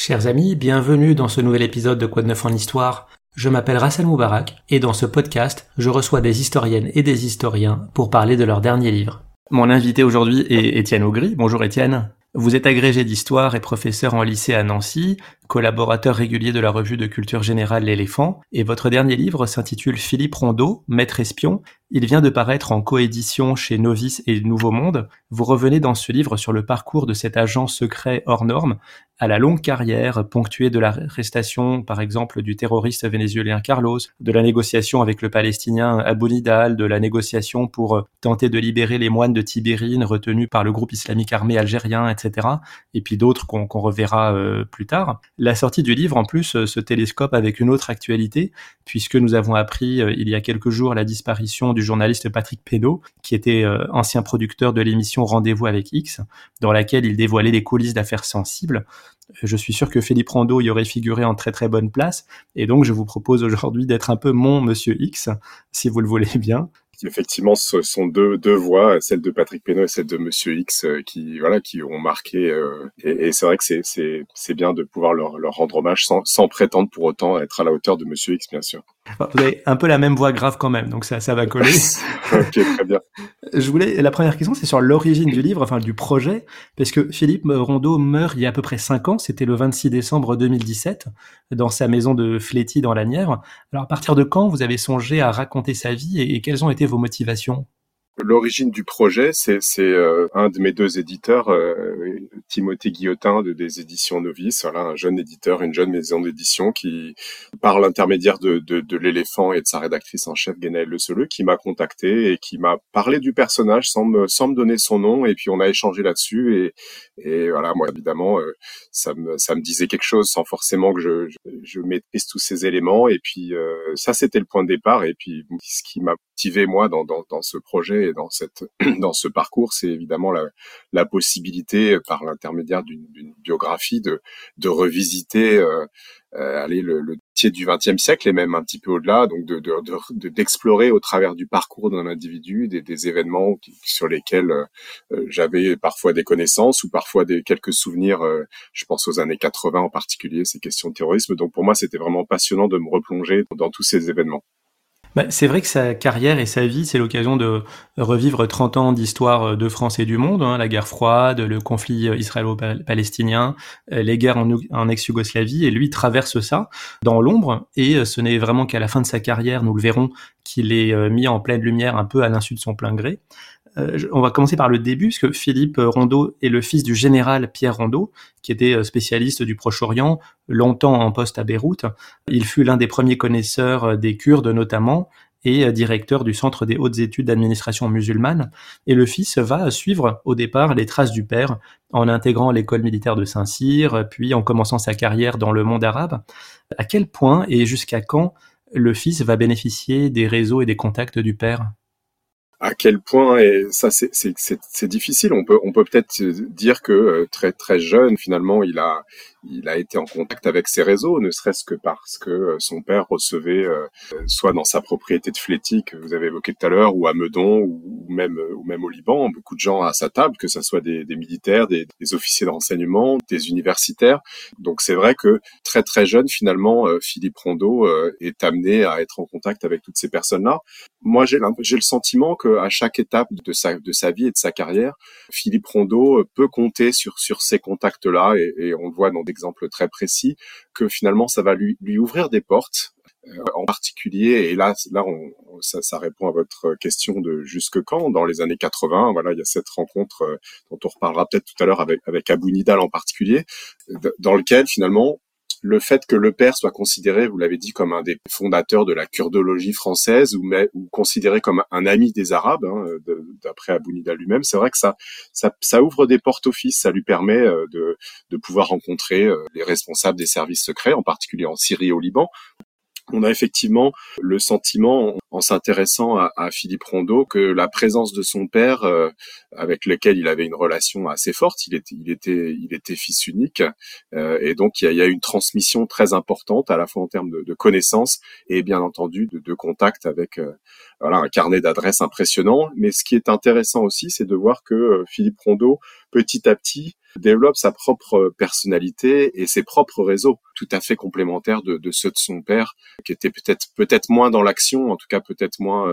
Chers amis, bienvenue dans ce nouvel épisode de Quoi de neuf en histoire. Je m'appelle Rassel Moubarak et dans ce podcast, je reçois des historiennes et des historiens pour parler de leur dernier livre. Mon invité aujourd'hui est Étienne Augry. Bonjour Étienne. Vous êtes agrégé d'histoire et professeur en lycée à Nancy, collaborateur régulier de la revue de culture générale L'Éléphant, et votre dernier livre s'intitule Philippe Rondeau, Maître espion. Il vient de paraître en coédition chez Novice et Nouveau Monde. Vous revenez dans ce livre sur le parcours de cet agent secret hors norme, à la longue carrière ponctuée de l'arrestation, par exemple, du terroriste vénézuélien Carlos, de la négociation avec le Palestinien Abou Nidal, de la négociation pour tenter de libérer les moines de Tibérine retenus par le groupe islamique armé algérien, etc. Et puis d'autres qu'on reverra plus tard. La sortie du livre, en plus, se télescope avec une autre actualité, puisque nous avons appris il y a quelques jours la disparition du journaliste Patrick Pénaud, qui était ancien producteur de l'émission Rendez-vous avec X, dans laquelle il dévoilait les coulisses d'affaires sensibles. Je suis sûr que Philippe Rondeau y aurait figuré en très très bonne place, et donc je vous propose aujourd'hui d'être un peu mon Monsieur X, si vous le voulez bien. Effectivement, ce sont deux voix, celle de Patrick Pénaud et celle de Monsieur X, qui ont marqué. Et c'est vrai que c'est bien de pouvoir leur rendre hommage sans prétendre pour autant être à la hauteur de Monsieur X, bien sûr. Vous avez un peu la même voix grave quand même, donc ça va coller. Ok, très bien. La première question, c'est sur l'origine du livre, enfin du projet, parce que Philippe Rondeau meurt il y a à peu près 5 ans, c'était le 26 décembre 2017, dans sa maison de Fléty dans l'Asnières. Alors à partir de quand vous avez songé à raconter sa vie et quelles ont été vos motivations ? L'origine du projet, c'est un de mes deux éditeurs, Timothée Guillotin des éditions Novice, voilà, un jeune éditeur, une jeune maison d'édition qui, par l'intermédiaire de l'Éléphant et de sa rédactrice en chef Guénaëlle Le Solleux, qui m'a contacté et qui m'a parlé du personnage sans me donner son nom, et puis on a échangé là-dessus et voilà, moi évidemment ça me disait quelque chose sans forcément que je maîtrise tous ces éléments, et puis ça c'était le point de départ, et puis ce qui m'a motivé moi dans ce projet et dans ce parcours, c'est évidemment la possibilité, par l'intermédiaire d'une biographie, de revisiter le métier du XXe siècle et même un petit peu au-delà, donc d'explorer au travers du parcours d'un individu des événements sur lesquels j'avais parfois des connaissances ou parfois quelques souvenirs. Je pense aux années 80 en particulier, ces questions de terrorisme. Donc pour moi, c'était vraiment passionnant de me replonger dans tous ces événements. C'est vrai que sa carrière et sa vie, c'est l'occasion de revivre 30 ans d'histoire de France et du monde, la guerre froide, le conflit israélo-palestinien, les guerres en ex-Yougoslavie, et lui traverse ça dans l'ombre, et ce n'est vraiment qu'à la fin de sa carrière, nous le verrons, qu'il est mis en pleine lumière un peu à l'insu de son plein gré. On va commencer par le début, parce que Philippe Rondeau est le fils du général Pierre Rondeau, qui était spécialiste du Proche-Orient, longtemps en poste à Beyrouth. Il fut l'un des premiers connaisseurs des Kurdes notamment, et directeur du Centre des hautes études d'administration musulmane. Et le fils va suivre au départ les traces du père, en intégrant l'école militaire de Saint-Cyr, puis en commençant sa carrière dans le monde arabe. À quel point et jusqu'à quand le fils va bénéficier des réseaux et des contacts du père ? À quel point, et ça c'est difficile. On peut peut-être dire que très très jeune, finalement, il a été en contact avec ces réseaux, ne serait-ce que parce que son père recevait, soit dans sa propriété de Fléty que vous avez évoqué tout à l'heure, ou à Meudon, ou même au Liban, beaucoup de gens à sa table, que ça soit des militaires, des officiers de renseignement, des universitaires. Donc c'est vrai que très très jeune, finalement, Philippe Rondeau est amené à être en contact avec toutes ces personnes-là. Moi, j'ai le sentiment qu'à chaque étape de sa vie et de sa carrière, Philippe Rondeau peut compter sur ces contacts-là, et on le voit dans d'exemples très précis, que finalement ça va lui ouvrir des portes. En particulier, et là ça répond à votre question de jusque quand, dans les années 80, voilà, il y a cette rencontre dont on reparlera peut-être tout à l'heure avec Abou Nidal en particulier, dans lequel finalement le fait que le père soit considéré, vous l'avez dit, comme un des fondateurs de la kurdologie française, ou considéré comme un ami des Arabes, d'après Abou Nidal lui-même, c'est vrai que ça ouvre des portes au fils, ça lui permet de pouvoir rencontrer les responsables des services secrets, en particulier en Syrie et au Liban. On a effectivement le sentiment, en s'intéressant à Philippe Rondeau, que la présence de son père, avec lequel il avait une relation assez forte, il était fils unique, et donc il y a une transmission très importante, à la fois en termes de connaissances et bien entendu de contact avec un carnet d'adresses impressionnant. Mais ce qui est intéressant aussi, c'est de voir que Philippe Rondeau, petit à petit, développe sa propre personnalité et ses propres réseaux, tout à fait complémentaires de ceux de son père, qui était peut-être moins dans l'action, en tout cas peut-être moins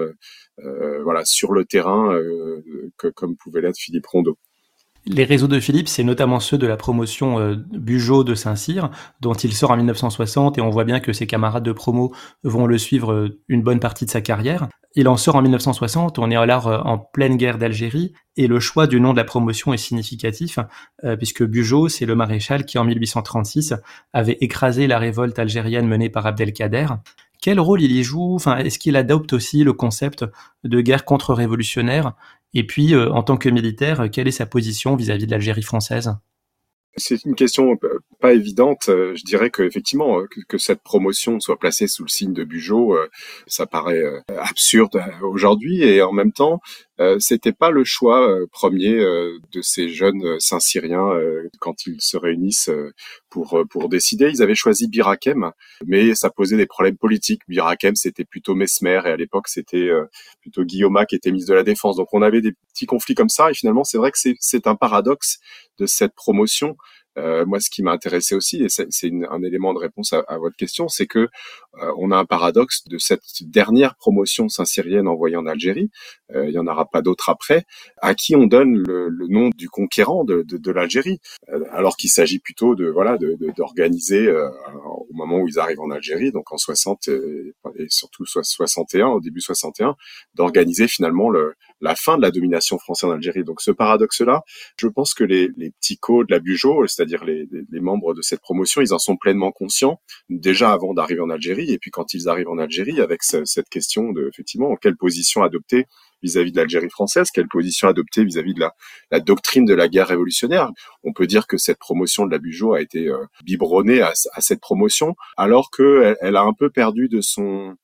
sur le terrain que comme pouvait l'être Philippe Rondeau. Les réseaux de Philippe, c'est notamment ceux de la promotion Bugeaud de Saint-Cyr, dont il sort en 1960, et on voit bien que ses camarades de promo vont le suivre une bonne partie de sa carrière. Il en sort en 1960, on est alors en pleine guerre d'Algérie, et le choix du nom de la promotion est significatif, puisque Bugeaud, c'est le maréchal qui en 1836 avait écrasé la révolte algérienne menée par Abdelkader. Quel rôle il y joue? Est-ce qu'il adopte aussi le concept de guerre contre-révolutionnaire? Et puis, en tant que militaire, quelle est sa position vis-à-vis de l'Algérie française? C'est une question pas évidente. Je dirais que effectivement que cette promotion soit placée sous le signe de Bugeaud, ça paraît absurde aujourd'hui, et en même temps, c'était pas le choix premier de ces jeunes Saint-Cyriens quand ils se réunissent pour décider. Ils avaient choisi Bir Hakeim, mais ça posait des problèmes politiques. Bir Hakeim, c'était plutôt Mesmer, et à l'époque c'était plutôt Guillaumat qui était ministre de la Défense. Donc on avait des petits conflits comme ça, et finalement c'est vrai que c'est un paradoxe de cette promotion. Moi, ce qui m'a intéressé aussi, et c'est un élément de réponse à votre question, c'est que on a un paradoxe de cette dernière promotion saint-cyrienne envoyée en Algérie. Il y en aura pas d'autres après, à qui on donne le nom du conquérant de l'Algérie, alors qu'il s'agit plutôt d'organiser au moment où ils arrivent en Algérie, donc en 60 et surtout 61, au début 61, d'organiser finalement la fin de la domination française en Algérie. Donc ce paradoxe-là, je pense que les petits cods de la Bugeaud, c'est-à-dire les membres de cette promotion, ils en sont pleinement conscients déjà avant d'arriver en Algérie, et puis quand ils arrivent en Algérie, avec cette question de effectivement quelle position adopter vis-à-vis de l'Algérie française, quelle position adopter vis-à-vis de la doctrine de la guerre révolutionnaire. On peut dire que cette promotion de la Bugeaud a été biberonnée à cette promotion, alors que elle a un peu perdu de son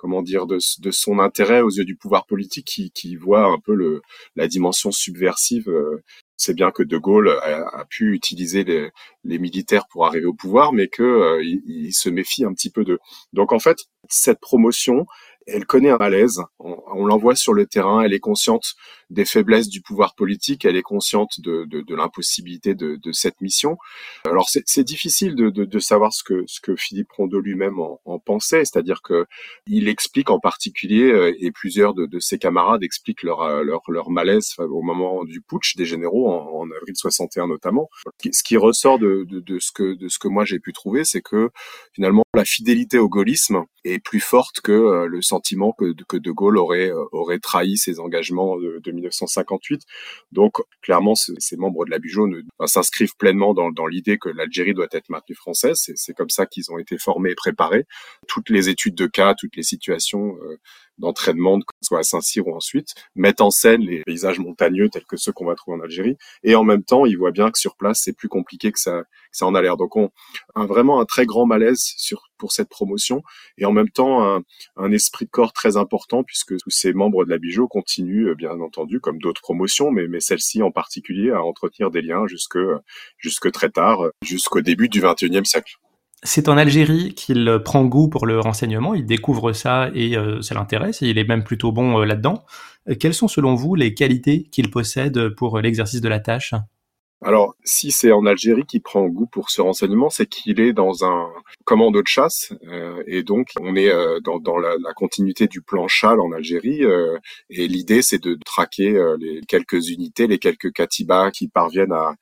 de son intérêt aux yeux du pouvoir politique qui voit un peu la dimension subversive. C'est bien que De Gaulle a pu utiliser les militaires pour arriver au pouvoir, mais que il se méfie un petit peu d'eux. Donc en fait, cette promotion, elle connaît un malaise. On l'envoie sur le terrain. Elle est consciente des faiblesses du pouvoir politique. Elle est consciente de l'impossibilité de cette mission. Alors c'est difficile de savoir ce que Philippe Rondeau lui-même en pensait. C'est-à-dire que il explique en particulier, et plusieurs de ses camarades expliquent leur malaise au moment du putsch des généraux en avril 61 notamment. Ce qui ressort de ce que moi j'ai pu trouver, c'est que finalement la fidélité au gaullisme est plus forte que le sentiment que De Gaulle aurait trahi ses engagements de 1958. Donc clairement, ces membres de la Bugeaud s'inscrivent pleinement dans l'idée que l'Algérie doit être maintenue française. C'est comme ça qu'ils ont été formés et préparés. Toutes les études de cas, toutes les situations d'entraînement, que ce soit à Saint-Cyr ou ensuite, mettent en scène les paysages montagneux tels que ceux qu'on va trouver en Algérie. Et en même temps, ils voient bien que sur place, c'est plus compliqué que ça en a l'air. Donc vraiment un très grand malaise pour cette promotion, et en même temps un esprit de corps très important, puisque tous ces membres de la Bugeaud continuent, bien entendu, comme d'autres promotions, mais celle-ci en particulier, à entretenir des liens jusque très tard, jusqu'au début du XXIe siècle. C'est en Algérie qu'il prend goût pour le renseignement, il découvre ça et ça l'intéresse, et il est même plutôt bon là-dedans. Quelles sont selon vous les qualités qu'il possède pour l'exercice de la tâche ? Alors, si c'est en Algérie qu'il prend goût pour ce renseignement, c'est qu'il est dans un commando de chasse, et donc on est dans la continuité du plan Chal en Algérie, et l'idée c'est de traquer les quelques unités, les quelques katibas qui parviennent à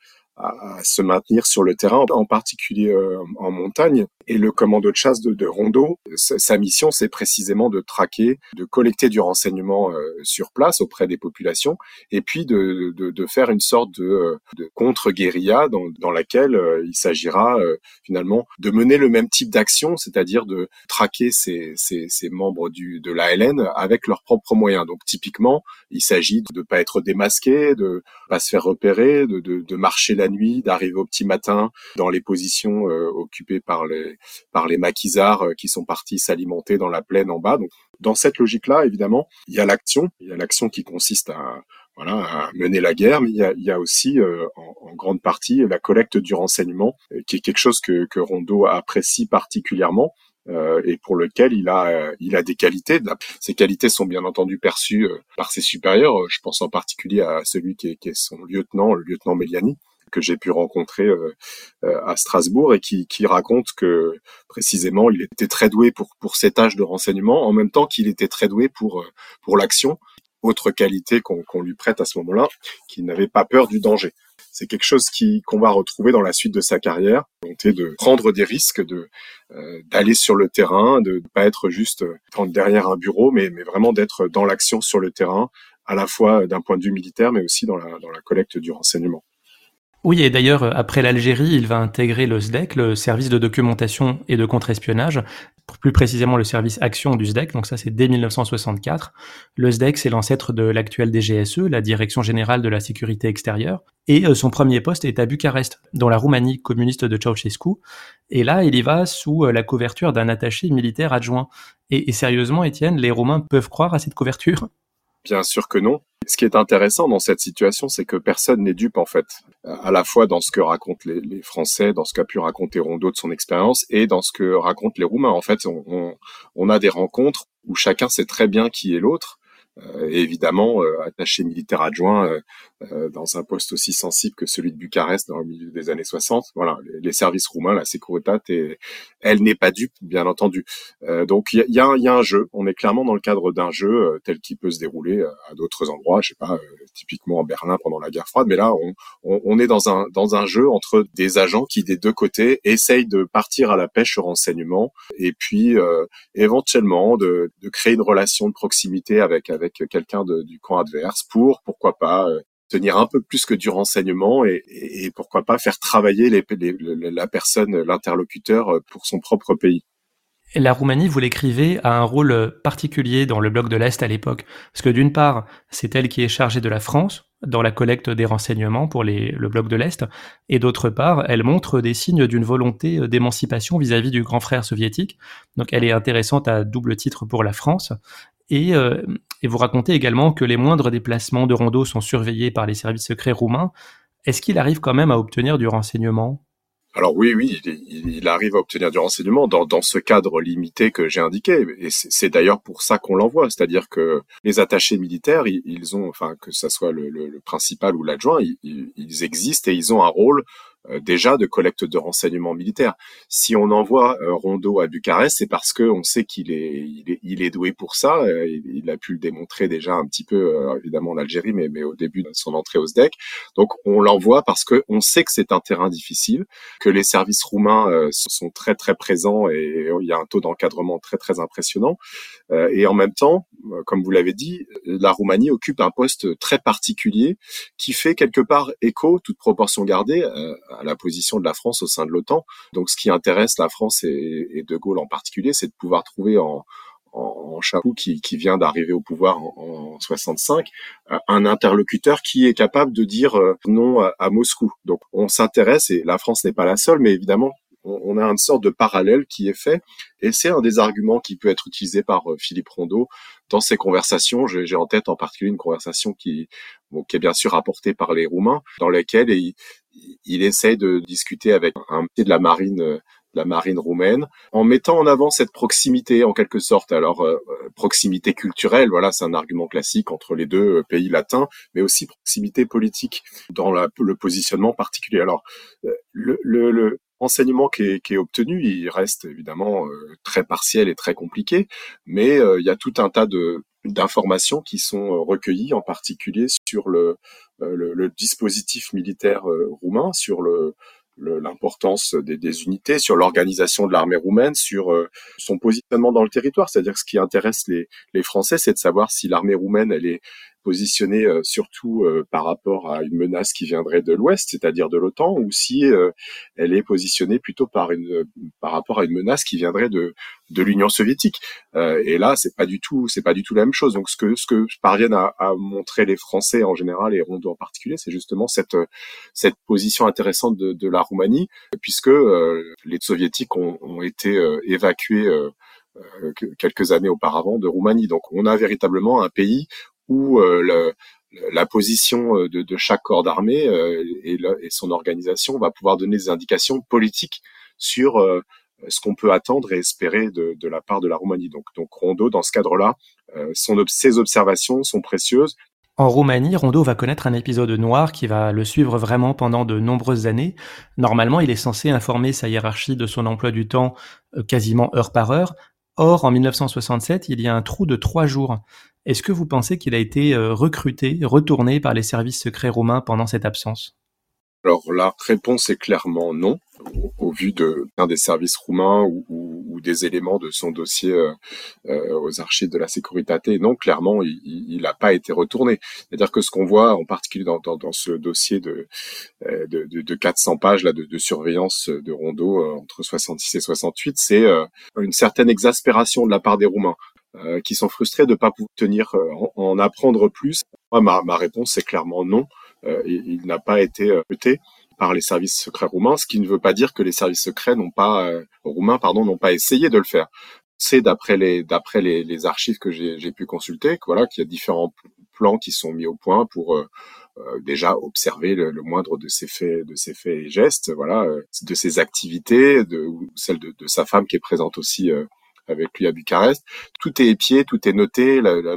se maintenir sur le terrain, en particulier en montagne. Et le commando de chasse de Rondeau, sa mission, c'est précisément de traquer, de collecter du renseignement sur place auprès des populations, et puis de faire une sorte de contre-guérilla dans laquelle il s'agira finalement de mener le même type d'action, c'est-à-dire de traquer ces membres de l'ALN avec leurs propres moyens. Donc typiquement, il s'agit de ne pas être démasqué, de pas se faire repérer, de marcher la nuit, d'arriver au petit matin dans les positions occupées par les maquisards qui sont partis s'alimenter dans la plaine en bas. Donc, dans cette logique-là, évidemment, il y a l'action qui consiste à mener la guerre, mais il y a aussi en grande partie la collecte du renseignement, qui est quelque chose que Rondeau apprécie particulièrement. Et pour lequel il a des qualités. Ces qualités sont bien entendu perçues par ses supérieurs. Je pense en particulier à celui qui est son lieutenant, le lieutenant Méliani, que j'ai pu rencontrer à Strasbourg et qui raconte que précisément il était très doué pour ses tâches de renseignement, en même temps qu'il était très doué pour l'action, autre qualité qu'on lui prête à ce moment-là, qu'il n'avait pas peur du danger. C'est quelque chose qu'on va retrouver dans la suite de sa carrière, la volonté de prendre des risques, d'aller sur le terrain, de pas être juste derrière un bureau, mais vraiment d'être dans l'action sur le terrain, à la fois d'un point de vue militaire, mais aussi dans la collecte du renseignement. Oui, et d'ailleurs, après l'Algérie, il va intégrer le SDEC, le service de documentation et de contre-espionnage, plus précisément le service action du SDEC, donc ça c'est dès 1964. Le SDEC, c'est l'ancêtre de l'actuelle DGSE, la Direction Générale de la Sécurité Extérieure, et son premier poste est à Bucarest, dans la Roumanie communiste de Ceausescu, et là, il y va sous la couverture d'un attaché militaire adjoint. Et sérieusement, Étienne, les Roumains peuvent croire à cette couverture ? Bien sûr que non. Ce qui est intéressant dans cette situation, c'est que personne n'est dupe en fait, à la fois dans ce que racontent les Français, dans ce qu'a pu raconter Rondeau de son expérience, et dans ce que racontent les Roumains. En fait, on a des rencontres où chacun sait très bien qui est l'autre. Et évidemment, attaché militaire adjoint dans un poste aussi sensible que celui de Bucarest dans le milieu des années 60. Voilà, les services roumains, la Securitate, elle n'est pas dupe, bien entendu. Donc il y a un jeu. On est clairement dans le cadre d'un jeu tel qu'il peut se dérouler à d'autres endroits. Je sais pas, typiquement en Berlin pendant la guerre froide. Mais là, on est dans un jeu entre des agents qui des deux côtés essayent de partir à la pêche au renseignement et puis éventuellement de créer une relation de proximité avec quelqu'un du camp adverse pourquoi pas tenir un peu plus que du renseignement et pourquoi pas faire travailler la personne, l'interlocuteur pour son propre pays. La Roumanie, vous l'écrivez, a un rôle particulier dans le bloc de l'Est à l'époque, parce que d'une part, c'est elle qui est chargée de la France dans la collecte des renseignements pour le bloc de l'Est, et d'autre part, elle montre des signes d'une volonté d'émancipation vis-à-vis du grand frère soviétique. Donc elle est intéressante à double titre pour la France, et vous racontez également que les moindres déplacements de Rondeau sont surveillés par les services secrets roumains. Est-ce qu'il arrive quand même à obtenir du renseignement ? Alors oui, il arrive à obtenir du renseignement dans ce cadre limité que j'ai indiqué. Et c'est d'ailleurs pour ça qu'on l'envoie. C'est-à-dire que les attachés militaires, ils ont, enfin, que ça soit le principal ou l'adjoint, ils existent et ils ont un rôle déjà de collecte de renseignements militaires. Si on envoie Rondeau à Bucarest, c'est parce que on sait qu'il est doué pour ça. Il a pu le démontrer déjà un petit peu, évidemment en Algérie, mais au début de son entrée au SDEC. Donc on l'envoie parce que on sait que c'est un terrain difficile, que les services roumains sont très très présents et il y a un taux d'encadrement très très impressionnant. Et en même temps, comme vous l'avez dit, la Roumanie occupe un poste très particulier qui fait quelque part écho, toute proportion gardée, à la position de la France au sein de l'OTAN. Donc ce qui intéresse la France et De Gaulle en particulier, c'est de pouvoir trouver en Chaput qui vient d'arriver au pouvoir en 65, un interlocuteur qui est capable de dire non à Moscou. Donc on s'intéresse, et la France n'est pas la seule, mais évidemment on a une sorte de parallèle qui est fait, et c'est un des arguments qui peut être utilisé par Philippe Rondeau dans ses conversations. J'ai en tête en particulier une conversation qui est bien sûr rapportée par les Roumains, dans laquelle il essaie de discuter avec un pied de la marine roumaine, en mettant en avant cette proximité en quelque sorte. Alors proximité culturelle, voilà, c'est un argument classique entre les deux pays latins, mais aussi proximité politique dans le positionnement particulier. Alors le renseignement qui est obtenu, il reste évidemment très partiel et très compliqué, mais il y a tout un tas d'informations qui sont recueillies, en particulier sur le dispositif militaire roumain, sur l'importance des unités, sur l'organisation de l'armée roumaine, sur son positionnement dans le territoire. C'est-à-dire que ce qui intéresse les Français, c'est de savoir si l'armée roumaine, elle est positionnée surtout par rapport à une menace qui viendrait de l'Ouest, c'est-à-dire de l'OTAN, ou si elle est positionnée plutôt par rapport à une menace qui viendrait de l'Union soviétique. Et là, c'est pas du tout la même chose. Donc ce que parviennent à montrer les Français en général et Rondeau en particulier, c'est justement cette position intéressante de la Roumanie, puisque les soviétiques ont été évacués quelques années auparavant de Roumanie. Donc on a véritablement un pays où la position de chaque corps d'armée et son organisation va pouvoir donner des indications politiques sur ce qu'on peut attendre et espérer de la part de la Roumanie. Donc Rondeau, dans ce cadre-là, ses observations sont précieuses. En Roumanie, Rondeau va connaître un épisode noir qui va le suivre vraiment pendant de nombreuses années. Normalement, il est censé informer sa hiérarchie de son emploi du temps quasiment heure par heure. Or, en 1967, il y a un trou de 3 jours. Est-ce que vous pensez qu'il a été recruté, retourné par les services secrets roumains pendant cette absence? Alors la réponse est clairement non, au vu d'un des services roumains ou des éléments de son dossier aux archives de la Securitate. Non, clairement, il n'a pas été retourné. C'est-à-dire que ce qu'on voit, en particulier dans ce dossier de 400 pages là, de surveillance de Rondeau entre 66 et 68, c'est une certaine exaspération de la part des Roumains. Qui sont frustrés de ne pas pouvoir en apprendre plus. Moi, ma réponse c'est clairement non. Il n'a pas été recruté par les services secrets roumains, ce qui ne veut pas dire que les services secrets roumains n'ont pas essayé de le faire. C'est d'après les archives que j'ai pu consulter, qu'il y a différents plans qui sont mis au point pour déjà observer le moindre de ses faits et gestes, de ses activités, ou celle de sa femme qui est présente aussi avec lui à Bucarest. Tout est épié, tout est noté,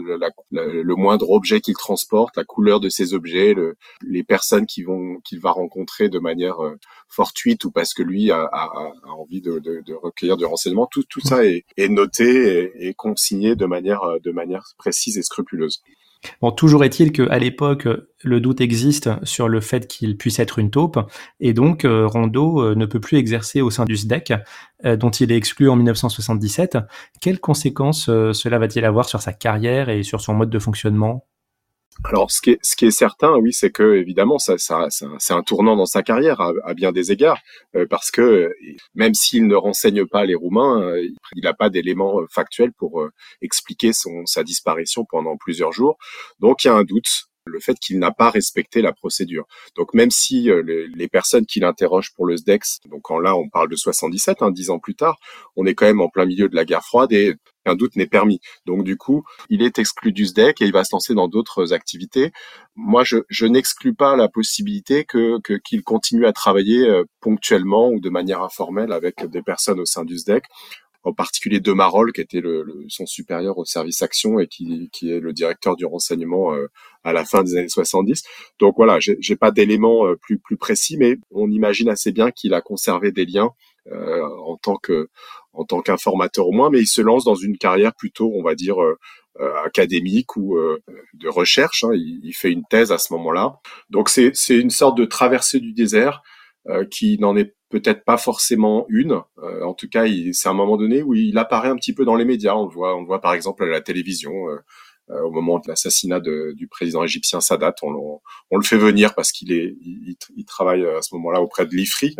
le moindre objet qu'il transporte, la couleur de ces objets, les personnes qu'il va rencontrer de manière fortuite ou parce que lui a envie de recueillir du renseignement. Tout ça est noté et consigné de manière précise et scrupuleuse. Bon, toujours est-il qu'à l'époque, le doute existe sur le fait qu'il puisse être une taupe, et donc Rondeau ne peut plus exercer au sein du SDEC, dont il est exclu en 1977. Quelles conséquences cela va-t-il avoir sur sa carrière et sur son mode de fonctionnement ? Alors, ce qui est certain, oui, c'est que évidemment, c'est un tournant dans sa carrière à bien des égards, parce que même s'il ne renseigne pas les Roumains, il n'a pas d'éléments factuels pour expliquer sa disparition pendant plusieurs jours. Donc, il y a un doute. Le fait qu'il n'a pas respecté la procédure. Donc même si les personnes qui l'interrogent pour le SDEX, donc là on parle de 77, 10 ans plus tard, on est quand même en plein milieu de la guerre froide et un doute n'est permis. Donc du coup, il est exclu du SDEC et il va se lancer dans d'autres activités. Moi, je n'exclus pas la possibilité qu'il continue à travailler ponctuellement ou de manière informelle avec des personnes au sein du SDEC. En particulier de Marolles, qui était son supérieur au service action et qui est le directeur du renseignement à la fin des années 70. Donc voilà, j'ai pas d'éléments plus précis, mais on imagine assez bien qu'il a conservé des liens en tant qu'informateur au moins, mais il se lance dans une carrière plutôt, on va dire, académique ou de recherche. Il fait une thèse à ce moment-là. Donc c'est une sorte de traversée du désert qui n'en est peut-être pas forcément une. En tout cas, c'est un moment donné où il apparaît un petit peu dans les médias. On le voit par exemple à la télévision. Au moment de l'assassinat du président égyptien Sadat, on le fait venir parce il travaille à ce moment-là auprès de l'IFRI,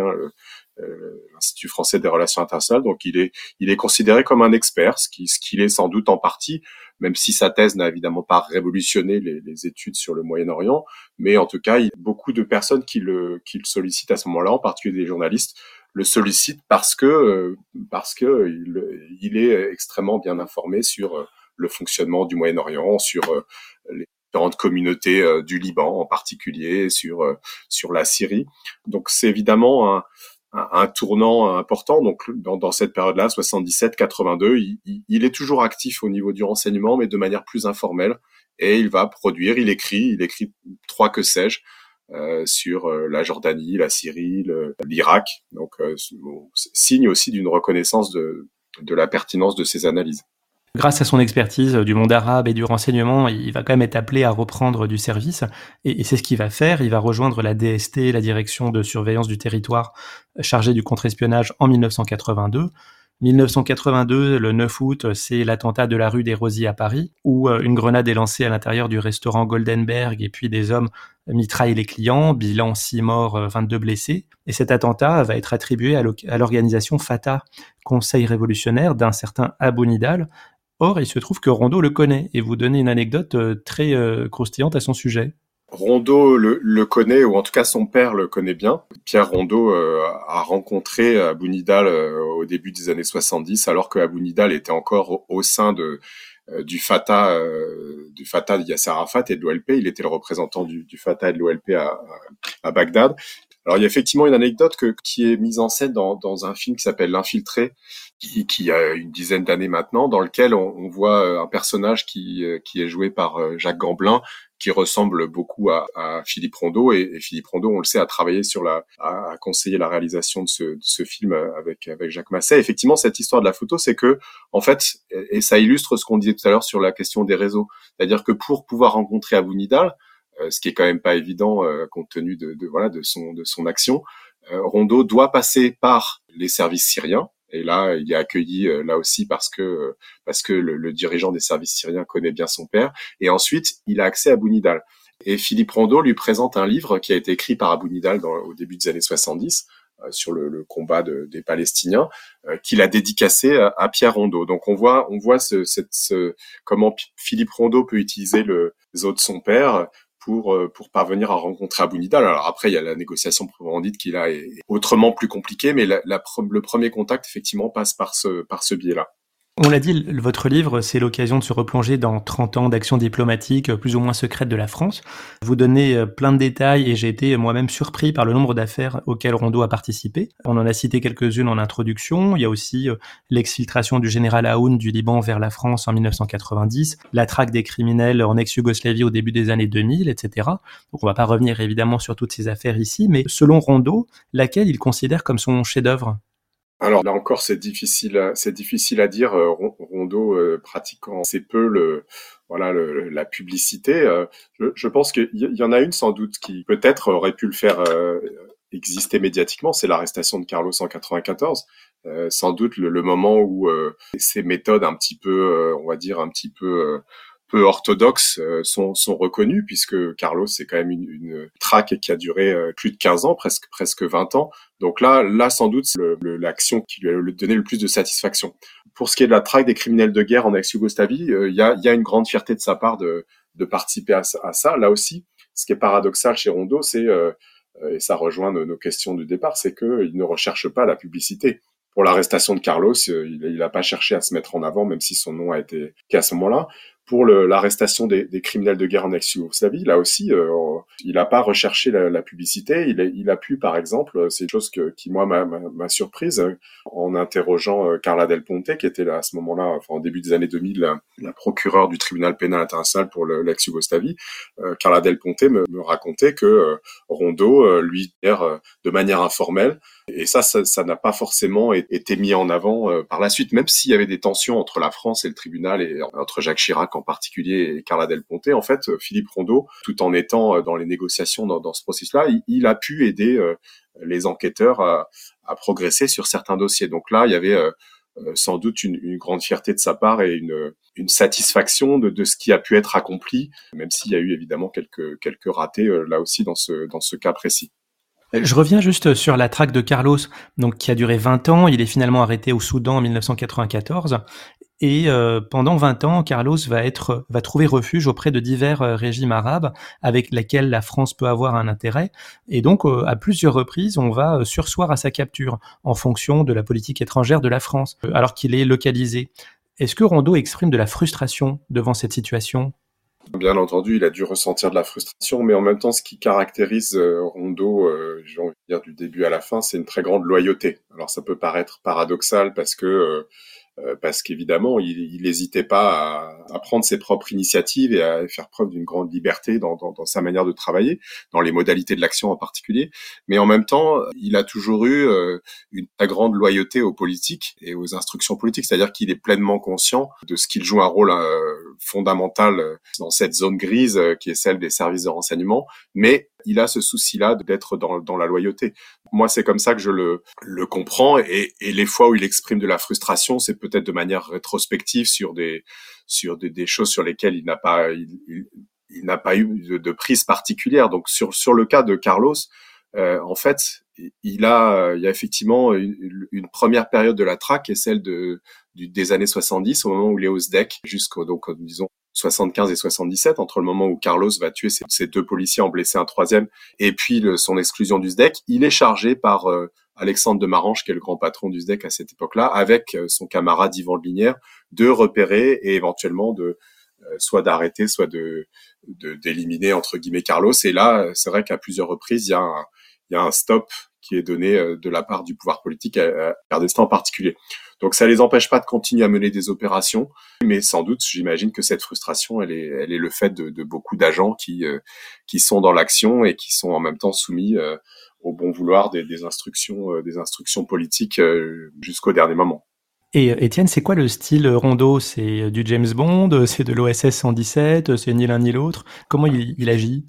l'Institut français des relations internationales. Donc il est considéré comme un expert, ce qu'il est sans doute en partie, même si sa thèse n'a évidemment pas révolutionné les études sur le Moyen-Orient. Mais en tout cas, beaucoup de personnes qui le sollicitent à ce moment-là, en particulier des journalistes, le sollicitent parce que il est extrêmement bien informé sur le fonctionnement du Moyen-Orient, sur les différentes communautés du Liban en particulier, sur la Syrie. Donc c'est évidemment un tournant important. Donc dans cette période-là, 77-82, il est toujours actif au niveau du renseignement, mais de manière plus informelle. Et il va produire, il écrit 3 que sais-je, sur la Jordanie, la Syrie, l'Irak. Donc signe aussi d'une reconnaissance de la pertinence de ses analyses. Grâce à son expertise du monde arabe et du renseignement, il va quand même être appelé à reprendre du service. Et c'est ce qu'il va faire. Il va rejoindre la DST, la Direction de surveillance du territoire, chargée du contre-espionnage en 1982. 1982, le 9 août, c'est l'attentat de la rue des Rosiers à Paris, où une grenade est lancée à l'intérieur du restaurant Goldenberg et puis des hommes mitraillent les clients, bilan 6 morts, 22 blessés. Et cet attentat va être attribué à l'organisation Fatah, Conseil révolutionnaire d'un certain Abou Nidal. Or, il se trouve que Rondeau le connaît, et vous donnez une anecdote très croustillante à son sujet. Rondeau le connaît, ou en tout cas son père le connaît bien. Pierre Rondeau a rencontré Abou Nidal au début des années 70, alors que Abou Nidal était encore au sein du Fatah de Yasser Arafat et de l'OLP. Il était le représentant du Fatah et de l'OLP à Bagdad. Alors il y a effectivement une anecdote qui est mise en scène dans un film qui s'appelle L'Infiltré, qui a une dizaine d'années maintenant, dans lequel on voit un personnage qui est joué par Jacques Gamblin, qui ressemble beaucoup à Philippe Rondeau, et Philippe Rondeau, on le sait, a travaillé a conseillé la réalisation de ce film avec Jacques Massey. Effectivement, cette histoire de la photo, c'est que, en fait, et ça illustre ce qu'on disait tout à l'heure sur la question des réseaux. C'est-à-dire que pour pouvoir rencontrer Abou Nidal, ce qui est quand même pas évident compte tenu de son action, Rondeau doit passer par les services syriens. Et là, il est accueilli là aussi parce que le dirigeant des services syriens connaît bien son père. Et ensuite, il a accès à Abou Nidal. Et Philippe Rondeau lui présente un livre qui a été écrit par Abou Nidal au début des années 70 sur le combat des Palestiniens, qu'il a dédicacé à Pierre Rondeau. Donc on voit comment Philippe Rondeau peut utiliser les os de son père pour parvenir à rencontrer Abou Nidal. Alors après, il y a la négociation proprement dite qui là est autrement plus compliquée, mais le premier contact effectivement passe par ce biais-là. On l'a dit, votre livre, c'est l'occasion de se replonger dans 30 ans d'action diplomatique plus ou moins secrète de la France. Vous donnez plein de détails et j'ai été moi-même surpris par le nombre d'affaires auxquelles Rondeau a participé. On en a cité quelques-unes en introduction. Il y a aussi l'exfiltration du général Aoun du Liban vers la France en 1990, la traque des criminels en ex-Yougoslavie au début des années 2000, etc. Donc on va pas revenir évidemment sur toutes ces affaires ici, mais selon Rondeau, laquelle il considère comme son chef-d'œuvre ? Alors là encore, c'est difficile à dire. Rondeau pratiquant assez peu la publicité. Je pense qu'il y en a une sans doute qui peut-être aurait pu le faire exister médiatiquement, c'est l'arrestation de Carlos en 94. Sans doute le moment où ces méthodes un petit peu, on va dire un petit peu peu orthodoxes sont reconnus, puisque Carlos c'est quand même une traque qui a duré plus de 15 ans, presque 20 ans. Donc là sans doute c'est l'action qui lui a donné le plus de satisfaction. Pour ce qui est de la traque des criminels de guerre en ex-Yougoslavie, il y a une grande fierté de sa part de participer à ça. Là aussi, ce qui est paradoxal chez Rondeau, c'est et ça rejoint nos questions du départ, c'est qu'il ne recherche pas la publicité. Pour l'arrestation de Carlos, il n'a pas cherché à se mettre en avant, même si son nom a été qu'à ce moment-là. Pour l'arrestation des criminels de guerre en ex-Yougoslavie, là aussi, il n'a pas recherché la publicité. Il a pu, par exemple, c'est une chose qui moi m'a surprise, en interrogeant Carla Del Ponte, qui était là à ce moment-là, enfin en début des années 2000, la procureure du tribunal pénal international pour l'ex-Yougoslavie. Carla Del Ponte me racontait que Rondeau lui de manière informelle. Et ça n'a pas forcément été mis en avant par la suite, même s'il y avait des tensions entre la France et le tribunal, et entre Jacques Chirac en particulier et Carla Del Ponte. En fait, Philippe Rondeau, tout en étant dans les négociations dans ce processus-là, il a pu aider les enquêteurs à progresser sur certains dossiers. Donc là, il y avait sans doute une grande fierté de sa part et une satisfaction de ce qui a pu être accompli, même s'il y a eu évidemment quelques ratés là aussi dans ce cas précis. Je reviens juste sur la traque de Carlos, donc qui a duré 20 ans. Il est finalement arrêté au Soudan en 1994. Et pendant 20 ans, Carlos va trouver refuge auprès de divers régimes arabes avec lesquels la France peut avoir un intérêt. Et donc, à plusieurs reprises, on va surseoir à sa capture en fonction de la politique étrangère de la France, alors qu'il est localisé. Est-ce que Rondeau exprime de la frustration devant cette situation ? Bien entendu, il a dû ressentir de la frustration, mais en même temps, ce qui caractérise Rondeau, j'ai envie de dire du début à la fin, c'est une très grande loyauté. Alors ça peut paraître paradoxal parce qu'évidemment, il n'hésitait pas à prendre ses propres initiatives et à faire preuve d'une grande liberté dans sa manière de travailler, dans les modalités de l'action en particulier. Mais en même temps, il a toujours eu une très grande loyauté aux politiques et aux instructions politiques, c'est-à-dire qu'il est pleinement conscient de ce qu'il joue un rôle fondamental dans cette zone grise qui est celle des services de renseignement, mais il a ce souci-là d'être dans la loyauté. Moi, c'est comme ça que je le comprends, et les fois où il exprime de la frustration, c'est peut-être de manière rétrospective sur des choses sur lesquelles il n'a pas eu de prise particulière. Donc sur le cas de Carlos, en fait, il y a effectivement une première période de la traque, qui est celle des années 70, au moment où il est au SDEC, disons 75 et 77, entre le moment où Carlos va tuer ces deux policiers, en blesser un troisième, et puis son exclusion du SDEC. Il est chargé par Alexandre de Marange, qui est le grand patron du SDEC à cette époque-là, avec son camarade Yvan de Linière, de repérer et éventuellement soit d'arrêter, soit d'éliminer entre guillemets Carlos. Et là, c'est vrai qu'à plusieurs reprises, il y a un stop qui est donné de la part du pouvoir politique à Giscard d'Estaing en particulier. Donc ça les empêche pas de continuer à mener des opérations, mais sans doute, j'imagine que cette frustration, elle est le fait de beaucoup d'agents qui sont dans l'action et qui sont en même temps soumis au bon vouloir des instructions politiques jusqu'au dernier moment. Et Étienne, c'est quoi le style Rondeau? C'est du James Bond, c'est de l'OSS 117, c'est ni l'un ni l'autre? Comment il agit?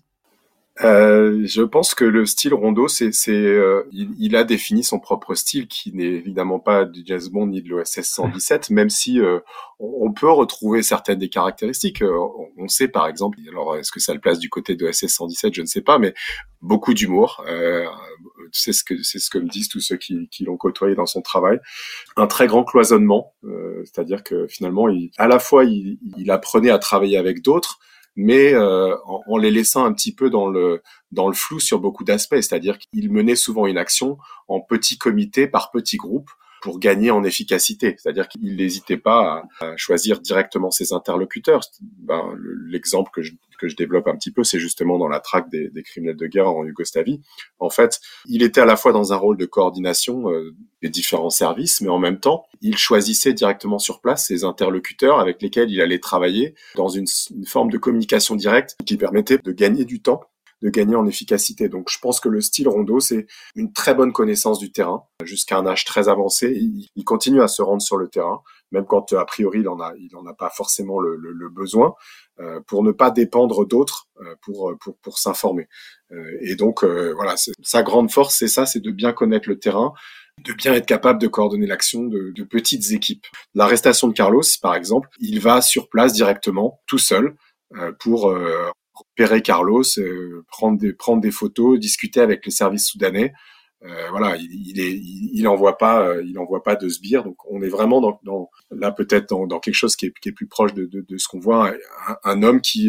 Je pense que le style Rondeau, il a défini son propre style, qui n'est évidemment pas du James Bond ni de l'OSS 117, même si on peut retrouver certaines des caractéristiques. On sait par exemple, alors est-ce que ça le place du côté de l'OSS 117, je ne sais pas, mais beaucoup d'humour. C'est ce que me disent tous ceux qui l'ont côtoyé dans son travail. Un très grand cloisonnement, c'est-à-dire que finalement, à la fois il apprenait à travailler avec d'autres, mais en les laissant un petit peu dans le flou sur beaucoup d'aspects, c'est-à-dire qu'il menait souvent une action en petits comités par petits groupes pour gagner en efficacité, c'est-à-dire qu'il n'hésitait pas à choisir directement ses interlocuteurs. L'exemple que je développe un petit peu, c'est justement dans la traque des criminels de guerre en Yougoslavie. En fait, il était à la fois dans un rôle de coordination des différents services, mais en même temps, il choisissait directement sur place ses interlocuteurs avec lesquels il allait travailler dans une forme de communication directe qui permettait de gagner du temps, de gagner en efficacité. Donc je pense que le style Rondeau, c'est une très bonne connaissance du terrain. Jusqu'à un âge très avancé, il continue à se rendre sur le terrain, même quand a priori il en a pas forcément le besoin, pour ne pas dépendre d'autres pour s'informer. Et donc voilà, sa grande force, c'est ça, c'est de bien connaître le terrain, de bien être capable de coordonner l'action de petites équipes. L'arrestation de Carlos, par exemple, il va sur place directement, tout seul, pour repérer Carlos, prendre des photos, discuter avec les services soudanais. Voilà, il envoie pas de sbires. Donc on est vraiment là peut-être dans quelque chose qui est plus proche de ce qu'on voit, un homme qui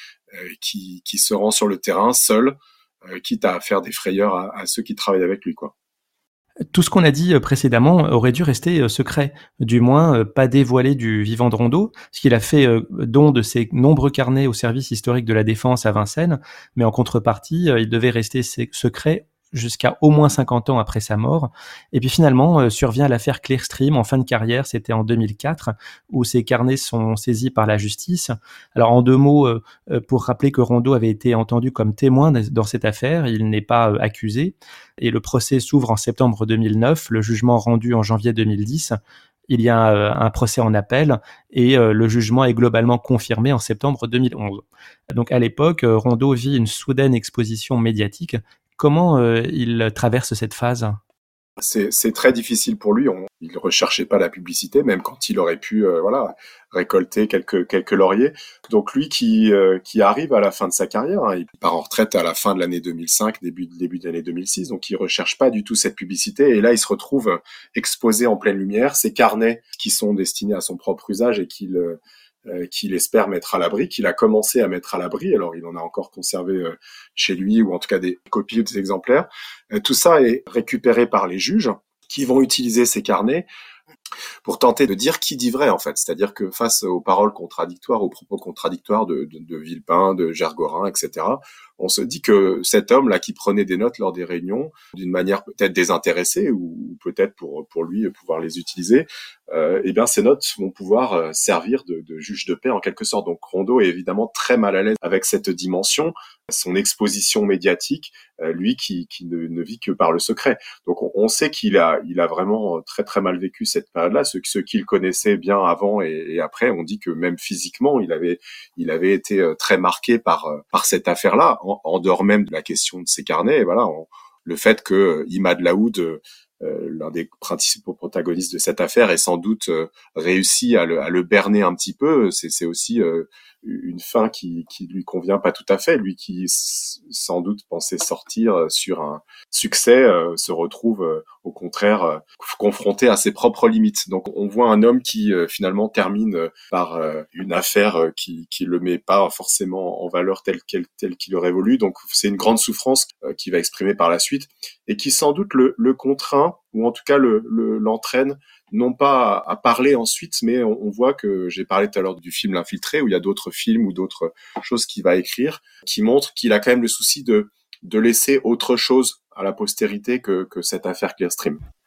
se rend sur le terrain seul, quitte à faire des frayeurs à ceux qui travaillent avec lui, quoi. Tout ce qu'on a dit précédemment aurait dû rester secret, du moins pas dévoilé du vivant de Rondeau, parce qu'il a fait don de ses nombreux carnets au service historique de la Défense à Vincennes, mais en contrepartie, il devait rester secret jusqu'à au moins 50 ans après sa mort. Et puis finalement, survient l'affaire Clearstream en fin de carrière, c'était en 2004, où ses carnets sont saisis par la justice. Alors en deux mots, pour rappeler que Rondeau avait été entendu comme témoin dans cette affaire, il n'est pas accusé, et le procès s'ouvre en septembre 2009, le jugement rendu en janvier 2010. Il y a un procès en appel et le jugement est globalement confirmé en septembre 2011. Donc à l'époque, Rondeau vit une soudaine exposition médiatique. Comment il traverse cette phase? C'est très difficile pour lui. Il recherchait pas la publicité, même quand il aurait pu, récolter quelques lauriers. Donc lui qui arrive à la fin de sa carrière, hein, il part en retraite à la fin de l'année 2005, début de l'année 2006. Donc il recherche pas du tout cette publicité. Et là, il se retrouve exposé en pleine lumière. Ses carnets qui sont destinés à son propre usage et qu'il espère mettre à l'abri, qu'il a commencé à mettre à l'abri. Alors, il en a encore conservé chez lui, ou en tout cas des copies ou des exemplaires. Tout ça est récupéré par les juges qui vont utiliser ces carnets pour tenter de dire qui dit vrai, en fait. C'est-à-dire que face aux paroles contradictoires, aux propos contradictoires de Villepin, de Gergorin, etc., on se dit que cet homme-là qui prenait des notes lors des réunions, d'une manière peut-être désintéressée, ou peut-être pour lui pouvoir les utiliser, eh bien ces notes vont pouvoir servir de juge de paix en quelque sorte. Donc Rondeau est évidemment très mal à l'aise avec cette dimension, son exposition médiatique, lui qui ne vit que par le secret. Donc on sait qu'il a vraiment très très mal vécu cette période-là. Ceux qui le connaissaient bien avant et après, on dit que même physiquement, il avait été très marqué par cette affaire-là, en dehors même de la question de ses carnets. Et voilà, le fait que Imad Laoud, l'un des principaux protagonistes de cette affaire, ait sans doute réussi à le berner un petit peu. C'est aussi une fin qui lui convient pas tout à fait. Lui qui sans doute pensait sortir sur un succès, se retrouve au contraire confronté à ses propres limites. Donc on voit un homme qui finalement termine par une affaire qui le met pas forcément en valeur telle qu'il aurait voulu. Donc c'est une grande souffrance qu'il va exprimer par la suite et qui sans doute le contraint, ou en tout cas l'entraîne, non pas à parler ensuite, mais on voit que j'ai parlé tout à l'heure du film L'Infiltré, où il y a d'autres films ou d'autres choses qu'il va écrire, qui montrent qu'il a quand même le souci de laisser autre chose à la postérité que cette affaire Clearstream.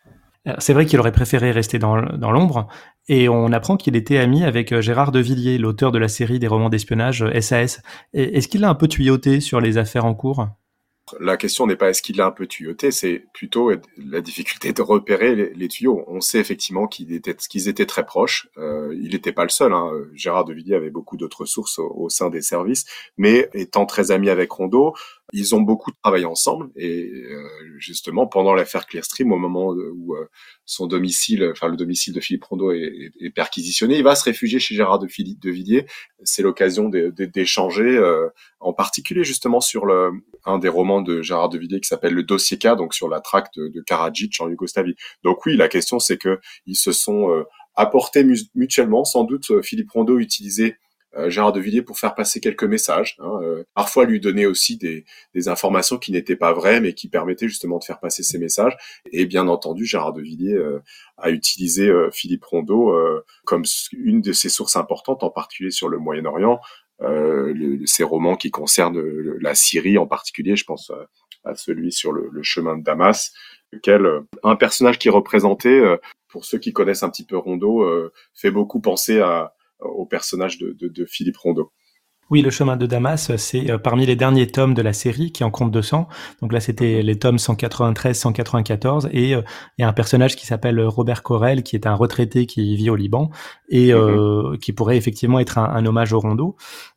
C'est vrai qu'il aurait préféré rester dans l'ombre, et on apprend qu'il était ami avec Gérard de Villiers, l'auteur de la série des romans d'espionnage SAS. Est-ce qu'il l'a un peu tuyauté sur les affaires en cours ? La question n'est pas est-ce qu'il l'a un peu tuyauté, c'est plutôt la difficulté de repérer les tuyaux. On sait effectivement qu'ils étaient très proches. Il n'était pas le seul. Hein. Gérard de Villiers avait beaucoup d'autres sources au sein des services, mais étant très ami avec Rondeau, ils ont beaucoup travaillé ensemble. Et justement, pendant l'affaire Clearstream, au moment où son domicile, enfin le domicile de Philippe Rondeau est perquisitionné, il va se réfugier chez Gérard de Villiers. C'est l'occasion d'échanger, en particulier justement sur un des romans de Gérard de Villiers qui s'appelle Le Dossier K, donc sur la traque de Karadzic en Yougoslavie. Donc oui, la question c'est que ils se sont apportés mutuellement. Sans doute, Philippe Rondeau utilisait Gérard de Villiers pour faire passer quelques messages, hein, parfois lui donner aussi des informations qui n'étaient pas vraies, mais qui permettaient justement de faire passer ces messages. Et bien entendu, Gérard de Villiers a utilisé Philippe Rondeau comme une de ses sources importantes, en particulier sur le Moyen-Orient. Ces romans qui concernent la Syrie en particulier, je pense à celui sur le chemin de Damas, lequel un personnage qui représentait, pour ceux qui connaissent un petit peu Rondeau, fait beaucoup penser au personnage de Philippe Rondeau. Oui, Le chemin de Damas, c'est parmi les derniers tomes de la série qui en compte 200. Donc là, c'était les tomes 193-194, et il y a un personnage qui s'appelle Robert Corel, qui est un retraité qui vit au Liban et qui pourrait effectivement être un hommage au Rondeau.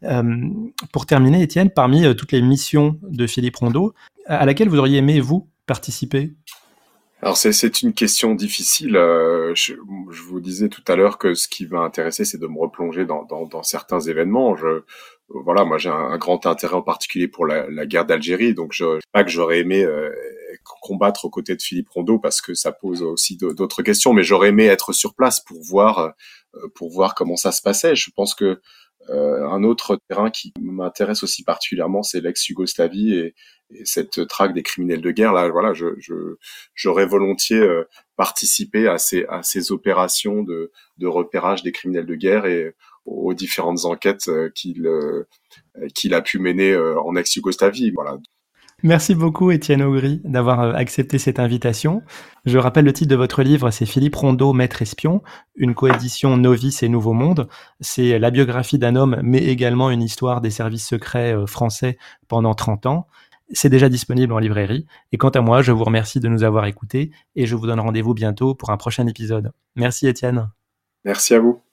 Pour terminer, Étienne, parmi toutes les missions de Philippe Rondeau, à laquelle vous auriez aimé, vous, participer ? Alors c'est une question difficile. Je vous disais tout à l'heure que ce qui m'a intéressé, c'est de me replonger dans certains événements. Voilà, moi j'ai un grand intérêt en particulier pour la guerre d'Algérie, donc pas que j'aurais aimé combattre aux côtés de Philippe Rondeau parce que ça pose aussi d'autres questions, mais j'aurais aimé être sur place pour voir comment ça se passait. Je pense que un autre terrain qui m'intéresse aussi particulièrement, c'est l'ex-Yougoslavie et cette traque des criminels de guerre. Là, voilà, j'aurais volontiers participé à ces opérations de repérage des criminels de guerre et aux différentes enquêtes qu'il a pu mener en ex-Yougoslavie. Voilà. Merci beaucoup, Étienne Augry, d'avoir accepté cette invitation. Je rappelle le titre de votre livre, c'est Philippe Rondeau, Maître espion, une coédition Novice et Nouveau Monde. C'est la biographie d'un homme, mais également une histoire des services secrets français pendant 30 ans. C'est déjà disponible en librairie. Et quant à moi, je vous remercie de nous avoir écoutés et je vous donne rendez-vous bientôt pour un prochain épisode. Merci, Étienne. Merci à vous.